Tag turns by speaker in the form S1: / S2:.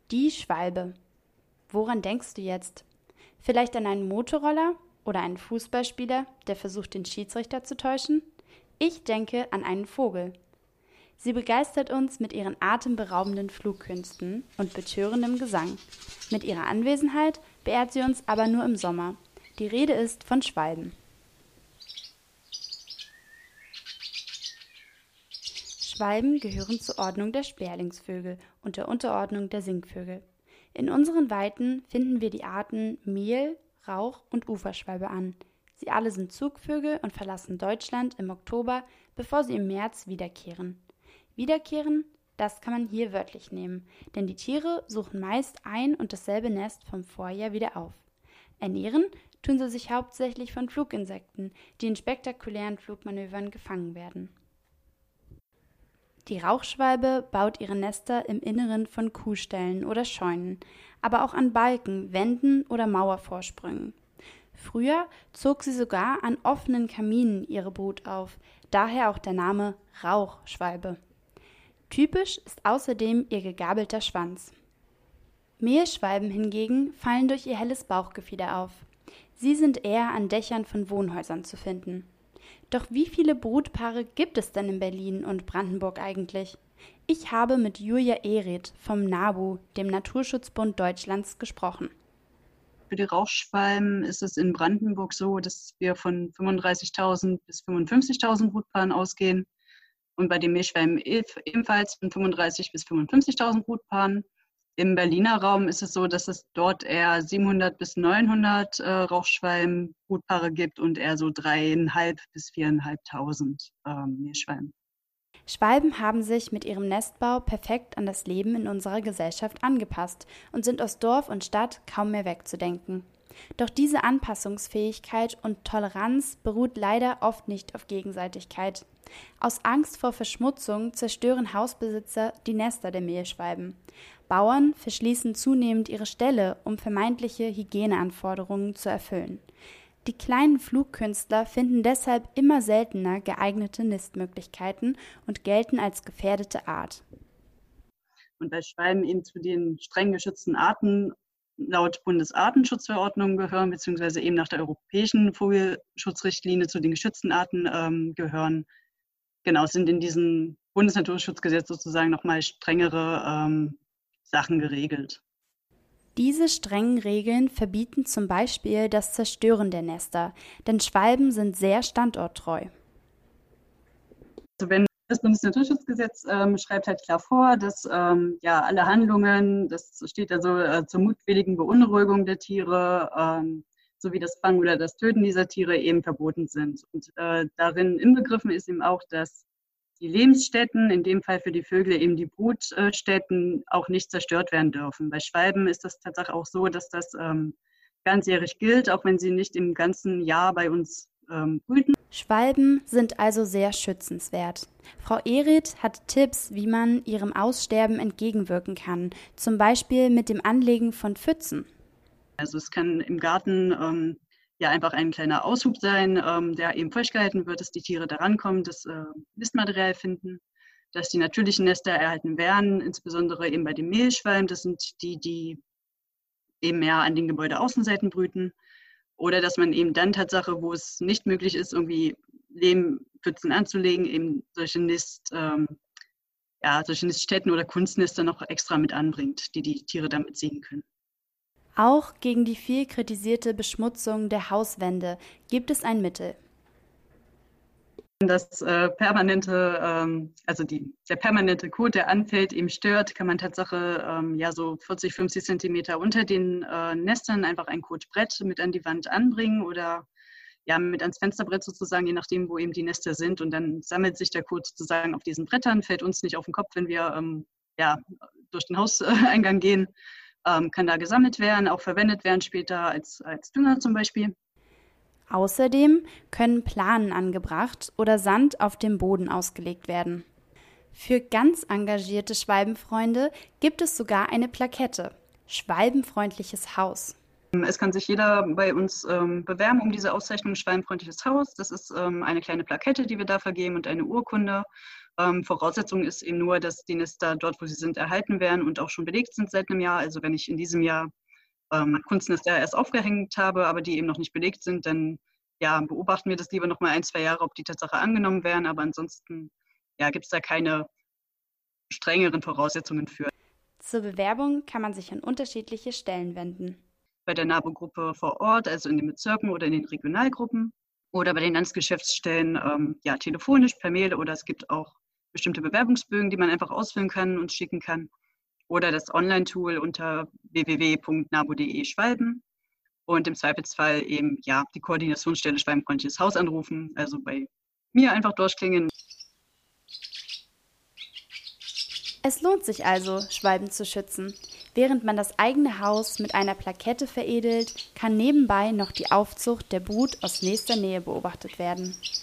S1: Die Schwalbe. Woran denkst du jetzt? Vielleicht an einen Motorroller oder einen Fußballspieler, der versucht, den Schiedsrichter zu täuschen? Ich denke an einen Vogel. Sie begeistert uns mit ihren atemberaubenden Flugkünsten und betörendem Gesang. Mit ihrer Anwesenheit beehrt sie uns aber nur im Sommer. Die Rede ist von Schwalben. Schwalben gehören zur Ordnung der Sperlingsvögel und der Unterordnung der Singvögel. In unseren Weiten finden wir die Arten Mehl-, Rauch- und Uferschwalbe an. Sie alle sind Zugvögel und verlassen Deutschland im Oktober, bevor sie im März wiederkehren. Wiederkehren, das kann man hier wörtlich nehmen, denn die Tiere suchen meist ein und dasselbe Nest vom Vorjahr wieder auf. Ernähren tun sie sich hauptsächlich von Fluginsekten, die in spektakulären Flugmanövern gefangen werden. Die Rauchschwalbe baut ihre Nester im Inneren von Kuhställen oder Scheunen, aber auch an Balken, Wänden oder Mauervorsprüngen. Früher zog sie sogar an offenen Kaminen ihre Brut auf, daher auch der Name Rauchschwalbe. Typisch ist außerdem ihr gegabelter Schwanz. Mehlschwalben hingegen fallen durch ihr helles Bauchgefieder auf. Sie sind eher an Dächern von Wohnhäusern zu finden. Doch wie viele Brutpaare gibt es denn in Berlin und Brandenburg eigentlich? Ich habe mit Julia Ehret vom NABU, dem Naturschutzbund Deutschlands, gesprochen.
S2: Für die Rauchschwalben ist es in Brandenburg so, dass wir von 35.000 bis 55.000 Brutpaaren ausgehen. Und bei den Mehlschwalben ebenfalls von 35.000 bis 55.000 Brutpaaren. Im Berliner Raum ist es so, dass es dort eher 700 bis 900 Rauchschwalben-Brutpaare gibt und eher so 3.500 bis 4.500 Mehlschwalben.
S1: Schwalben haben sich mit ihrem Nestbau perfekt an das Leben in unserer Gesellschaft angepasst und sind aus Dorf und Stadt kaum mehr wegzudenken. Doch diese Anpassungsfähigkeit und Toleranz beruht leider oft nicht auf Gegenseitigkeit. Aus Angst vor Verschmutzung zerstören Hausbesitzer die Nester der Mehlschwalben. Bauern verschließen zunehmend ihre Ställe, um vermeintliche Hygieneanforderungen zu erfüllen. Die kleinen Flugkünstler finden deshalb immer seltener geeignete Nistmöglichkeiten und gelten als gefährdete Art.
S2: Und bei Schwalben eben zu den streng geschützten Arten laut Bundesartenschutzverordnung gehören, beziehungsweise eben nach der europäischen Vogelschutzrichtlinie zu den geschützten Arten gehören. Genau, es sind in diesem Bundesnaturschutzgesetz sozusagen nochmal strengere Sachen geregelt.
S1: Diese strengen Regeln verbieten zum Beispiel das Zerstören der Nester, denn Schwalben sind sehr standorttreu.
S2: Also wenn das Bundesnaturschutzgesetz schreibt halt klar vor, dass alle Handlungen, das steht also zur mutwilligen Beunruhigung der Tiere, sowie das Fangen oder das Töten dieser Tiere eben verboten sind. Und darin inbegriffen ist eben auch, dass die Lebensstätten, in dem Fall für die Vögel eben die Brutstätten, auch nicht zerstört werden dürfen. Bei Schwalben ist das tatsächlich auch so, dass das ganzjährig gilt, auch wenn sie nicht im ganzen Jahr bei uns brüten.
S1: Schwalben sind also sehr schützenswert. Frau Ehret hat Tipps, wie man ihrem Aussterben entgegenwirken kann, zum Beispiel mit dem Anlegen von Pfützen.
S2: Also es kann im Garten einfach ein kleiner Aushub sein, der eben feucht wird, dass die Tiere da rankommen, das Nistmaterial finden, dass die natürlichen Nester erhalten werden, insbesondere eben bei den Mehlschwalben. Das sind die, die eben mehr an den Gebäudeaußenseiten brüten. Oder dass man eben dann Tatsache, wo es nicht möglich ist, irgendwie Lehmpfützen anzulegen, eben solche Niststätten oder Kunstnester noch extra mit anbringt, die die Tiere damit sehen können.
S1: Auch gegen die viel kritisierte Beschmutzung der Hauswände gibt es ein Mittel.
S2: Das der permanente Kot, der anfällt, eben stört, kann man Tatsache so 40, 50 Zentimeter unter den Nestern einfach ein Kotbrett mit an die Wand anbringen oder mit ans Fensterbrett sozusagen, je nachdem, wo eben die Nester sind. Und dann sammelt sich der Kot sozusagen auf diesen Brettern, fällt uns nicht auf den Kopf, wenn wir durch den Hauseingang gehen. Kann da gesammelt werden, auch verwendet werden später als Dünger zum Beispiel.
S1: Außerdem können Planen angebracht oder Sand auf dem Boden ausgelegt werden. Für ganz engagierte Schwalbenfreunde gibt es sogar eine Plakette: Schwalbenfreundliches Haus.
S2: Es kann sich jeder bei uns bewerben um diese Auszeichnung Schwalbenfreundliches Haus. Das ist eine kleine Plakette, die wir da vergeben und eine Urkunde. Voraussetzung ist eben nur, dass die Nester dort, wo sie sind, erhalten werden und auch schon belegt sind seit einem Jahr. Also wenn ich in diesem Jahr Kunstnester erst aufgehängt habe, aber die eben noch nicht belegt sind, dann ja, beobachten wir das lieber noch mal 1-2 Jahre, ob die Tatsache angenommen werden. Aber ansonsten ja, gibt es da keine strengeren Voraussetzungen für.
S1: Zur Bewerbung kann man sich an unterschiedliche Stellen wenden.
S2: Bei der NABU-Gruppe vor Ort, also in den Bezirken oder in den Regionalgruppen oder bei den Landesgeschäftsstellen ja, telefonisch, per Mail oder es gibt auch bestimmte Bewerbungsbögen, die man einfach ausfüllen kann und schicken kann oder das Online-Tool unter www.nabu.de schreiben und im Zweifelsfall eben ja, die Koordinationsstelle Schwalbenfreundliches Haus anrufen, also bei mir einfach durchklingen.
S1: Es lohnt sich also, Schwalben zu schützen. Während man das eigene Haus mit einer Plakette veredelt, kann nebenbei noch die Aufzucht der Brut aus nächster Nähe beobachtet werden.